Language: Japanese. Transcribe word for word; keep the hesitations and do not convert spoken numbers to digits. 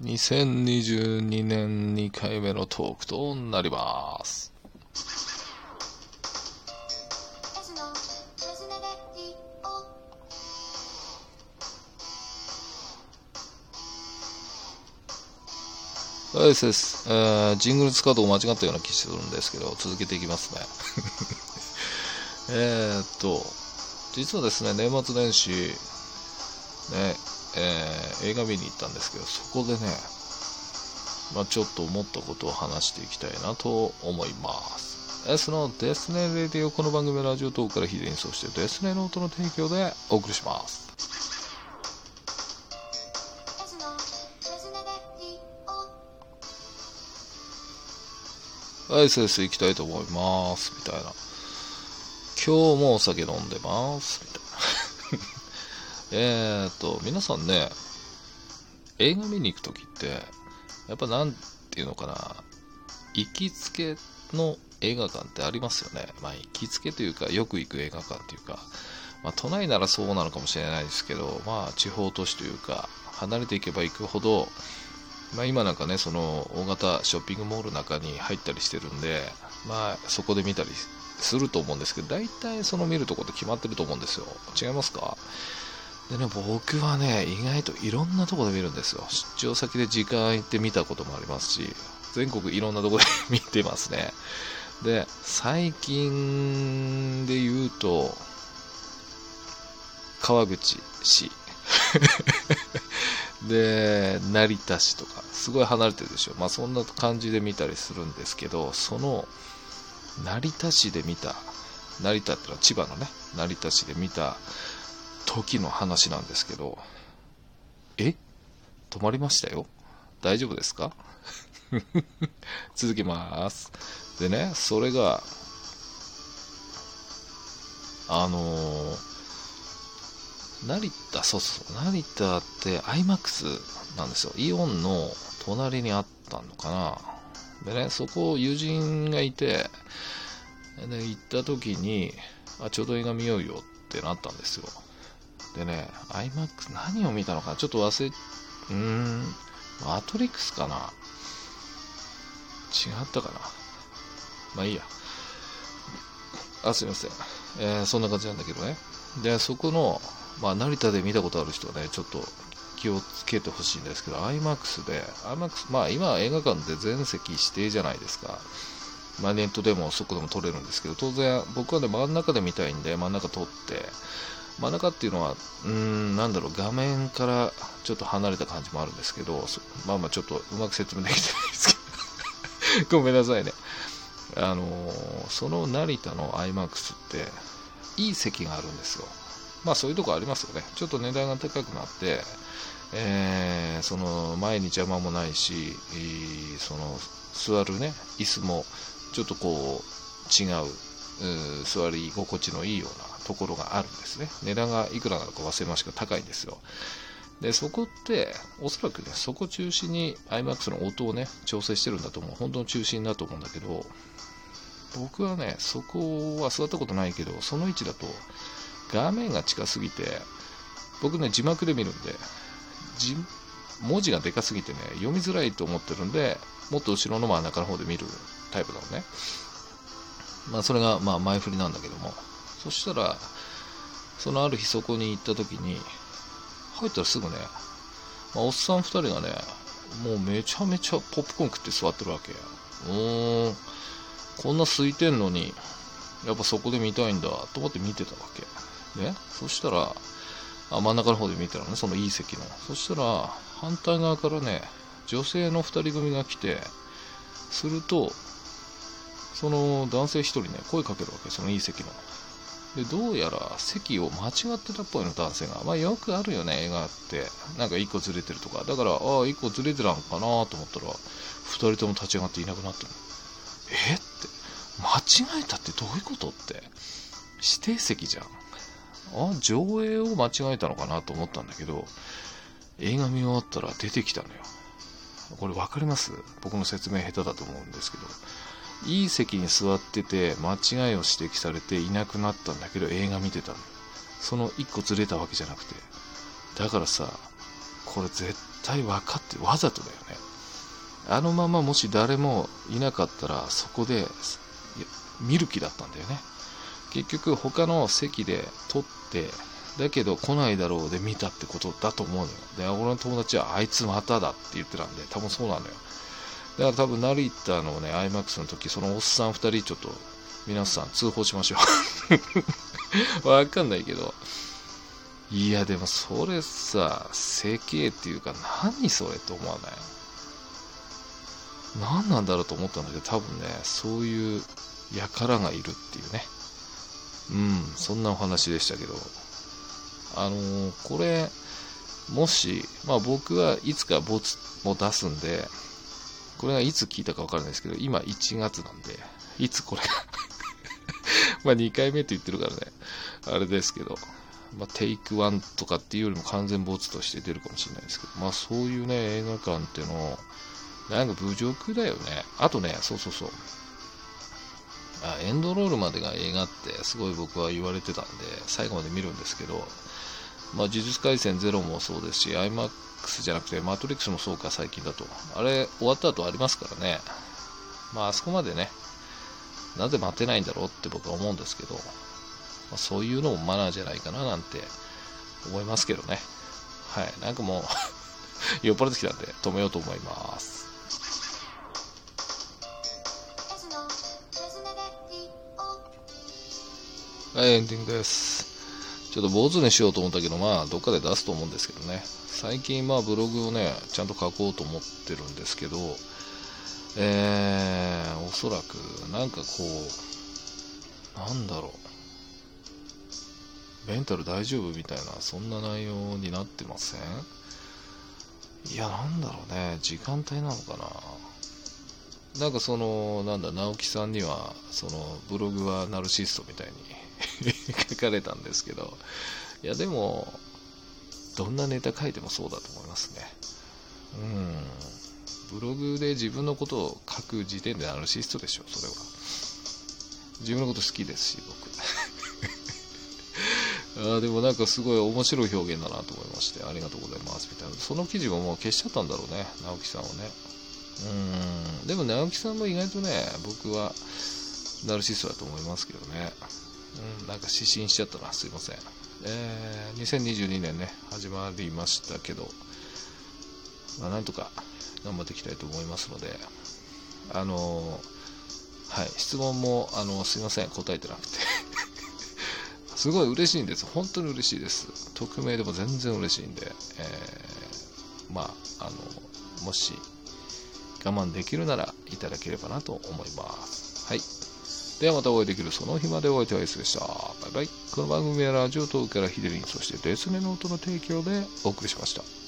にせんにじゅうにねんにかいめのトークとなります。はいですです、えー、ジングル使うと間違ったような気するんですけど、続けていきますね。えーっと実はですね、年末年始ね、えー、映画見に行ったんですけど、そこでね、まあ、ちょっと思ったことを話していきたいなと思います。S のデスネレディオ、この番組はラジオトークから非伝送してデスネノートの提供でお送りします。はい、先生行きたいと思いますみたいな。今日もお酒飲んでますみたいな。えっと皆さんね、映画見に行くときってやっぱなんていうのかな、行きつけの映画館ってありますよね。まあ行きつけというか、よく行く映画館というか、まあ都内ならそうなのかもしれないですけど、まあ地方都市というか離れていけば行くほど、まあ今なんかね、その大型ショッピングモールの中に入ったりしてるんで、まあそこで見たりすると思うんですけど、大体その見るとこって決まってると思うんですよ。違いますか？でね、僕はね、意外といろんなとこで見るんですよ。出張先で時間行って見たこともありますし、全国いろんなとこで見てますね。で、最近で言うと、川口市で、成田市とか、すごい離れてるでしょ。まあそんな感じで見たりするんですけど、その成田市で見た、成田ってのは千葉のね、成田市で見た時の話なんですけど、え？止まりましたよ。大丈夫ですか？続きます。でね、それがあのー、成田、そうそう、成田って アイマックス なんですよ。イオンの隣にあったのかな。でね、そこ友人がいて、で行った時に、あ、ちょうど映画見ようよってなったんですよ。でね、アイマックス 何を見たのかな、ちょっと忘れ、うーん、マトリックスかな、違ったかな、まあいいや。あ、すいません。えー、そんな感じなんだけどね。で、そこの、まあ成田で見たことある人はね、ちょっと気をつけてほしいんですけど、アイマックス で、アイマックス、まあ今映画館で全席指定じゃないですか。まあネットでもそこでも撮れるんですけど、当然僕はね、真ん中で見たいんで、真ん中撮って、真ん中っていうのは、うーん、なんだろう、画面からちょっと離れた感じもあるんですけど、まあまあちょっとうまく説明できてないですけど、ごめんなさいね。あのー、その成田の アイマックス っていい席があるんですよ。まあそういうとこありますよね。ちょっと値段が高くなって、えー、その前に邪魔もないし、えー、その座るね、椅子もちょっとこう違う、う座り心地のいいようなところがあるんですね。値段がいくらなのか忘れましたが高いんですよ。で、そこっておそらくね、そこ中心に アイマックス の音をね調整してるんだと思う。本当の中心だと思うんだけど、僕はね、そこは座ったことないけど、その位置だと画面が近すぎて、僕ね、字幕で見るんで、字文字がでかすぎてね、読みづらいと思ってるんで、もっと後ろの真ん中の方で見るタイプだもんね。まあそれがまあ前振りなんだけども、そしたらそのある日そこに行った時に入ったらすぐね、まあ、おっさんふたりがね、もうめちゃめちゃポップコーン食って座ってるわけ。うーん、こんな空いてんのにやっぱそこで見たいんだと思って見てたわけね。そしたら、あ、真ん中の方で見てたのね、そのいい席の。そしたら反対側からね、女性のふたり組が来て、するとその男性ひとりね、声かけるわけ、そのいい席の。で、どうやら席を間違ってたっぽいの、男性が。まあよくあるよね、映画って。なんかいっこずれてるとか。だから、ああ、いっこずれてたのかなと思ったら、ふたりとも立ち上がっていなくなってる。えって、間違えたってどういうことって。指定席じゃん。あ、上映を間違えたのかなと思ったんだけど、映画見終わったら出てきたのよ。これ分かります？僕の説明下手だと思うんですけど、いい席に座ってて間違いを指摘されていなくなったんだけど、映画見てたの。そのいっこずれたわけじゃなくて。だからさ、これ絶対分かってわざとだよね。あのままもし誰もいなかったらそこで見る気だったんだよね。結局他の席で撮ってだけど来ないだろうで見たってことだと思うのよ。で俺の友達はあいつまただって言ってたんで多分そうなのよ。だから多分成田のね アイマックス の時そのおっさんふたりちょっと皆さん通報しましょうわかんないけど、いやでもそれさ整形っていうか何それと思わない？何なんだろうと思ったんだけど、多分ねそういう輩がいるっていうね、うんそんなお話でしたけど、あのー、これもしまあ僕はいつかボツも出すんで、これがいつ聞いたか分からないですけど、今いちがつなんでいつこれがまあにかいめって言ってるからねあれですけど、まあ、テイクワンとかっていうよりも完全ボツとして出るかもしれないですけど、まあそういうね映画館っていうのなんか侮辱だよね。あとねそうそうそうあエンドロールまでが映画ってすごい僕は言われてたんで最後まで見るんですけど、まあ呪術廻戦ゼロもそうですし アイマックス じゃなくてマトリックスもそうか最近だとあれ終わった後ありますからね。まああそこまでねなぜ待てないんだろうって僕は思うんですけど、まあ、そういうのもマナーじゃないかななんて思いますけどね。はい、なんかもう酔っ払ってきたんで止めようと思います。はい、エンディングです。ちょっと坊主にしようと思ったけど、まあどっかで出すと思うんですけどね。最近まあブログをねちゃんと書こうと思ってるんですけど、えー、おそらくなんかこうなんだろうメンタル大丈夫みたいなそんな内容になってません？いやなんだろうね時間帯なのかな。なんかそのなんだ直樹さんにはそのブログはナルシストみたいに書かれたんですけど、いやでもどんなネタ書いてもそうだと思いますね。うんブログで自分のことを書く時点でナルシストでしょ。それは自分のこと好きですし僕あでもなんかすごい面白い表現だなと思いましてありがとうございますみたいな。その記事ももう消しちゃったんだろうね直樹さんをね。うんでも直樹さんも意外とね僕はナルシストだと思いますけどね。うんなんか失神しちゃったなすいません。えー、にせんにじゅうにねんね始まりましたけど、まあ、なんとか頑張っていきたいと思いますので、あのー、はい質問もあのすいません答えてなくてすごい嬉しいんです。本当に嬉しいです。匿名でも全然嬉しいんで、えー、まああのもし我慢できるならいただければなと思います。はい。ではまたお会いできるその日までお相手は S でした。バイバイ。この番組はラジオトークからヒデリン、そしてデスネノートの提供でお送りしました。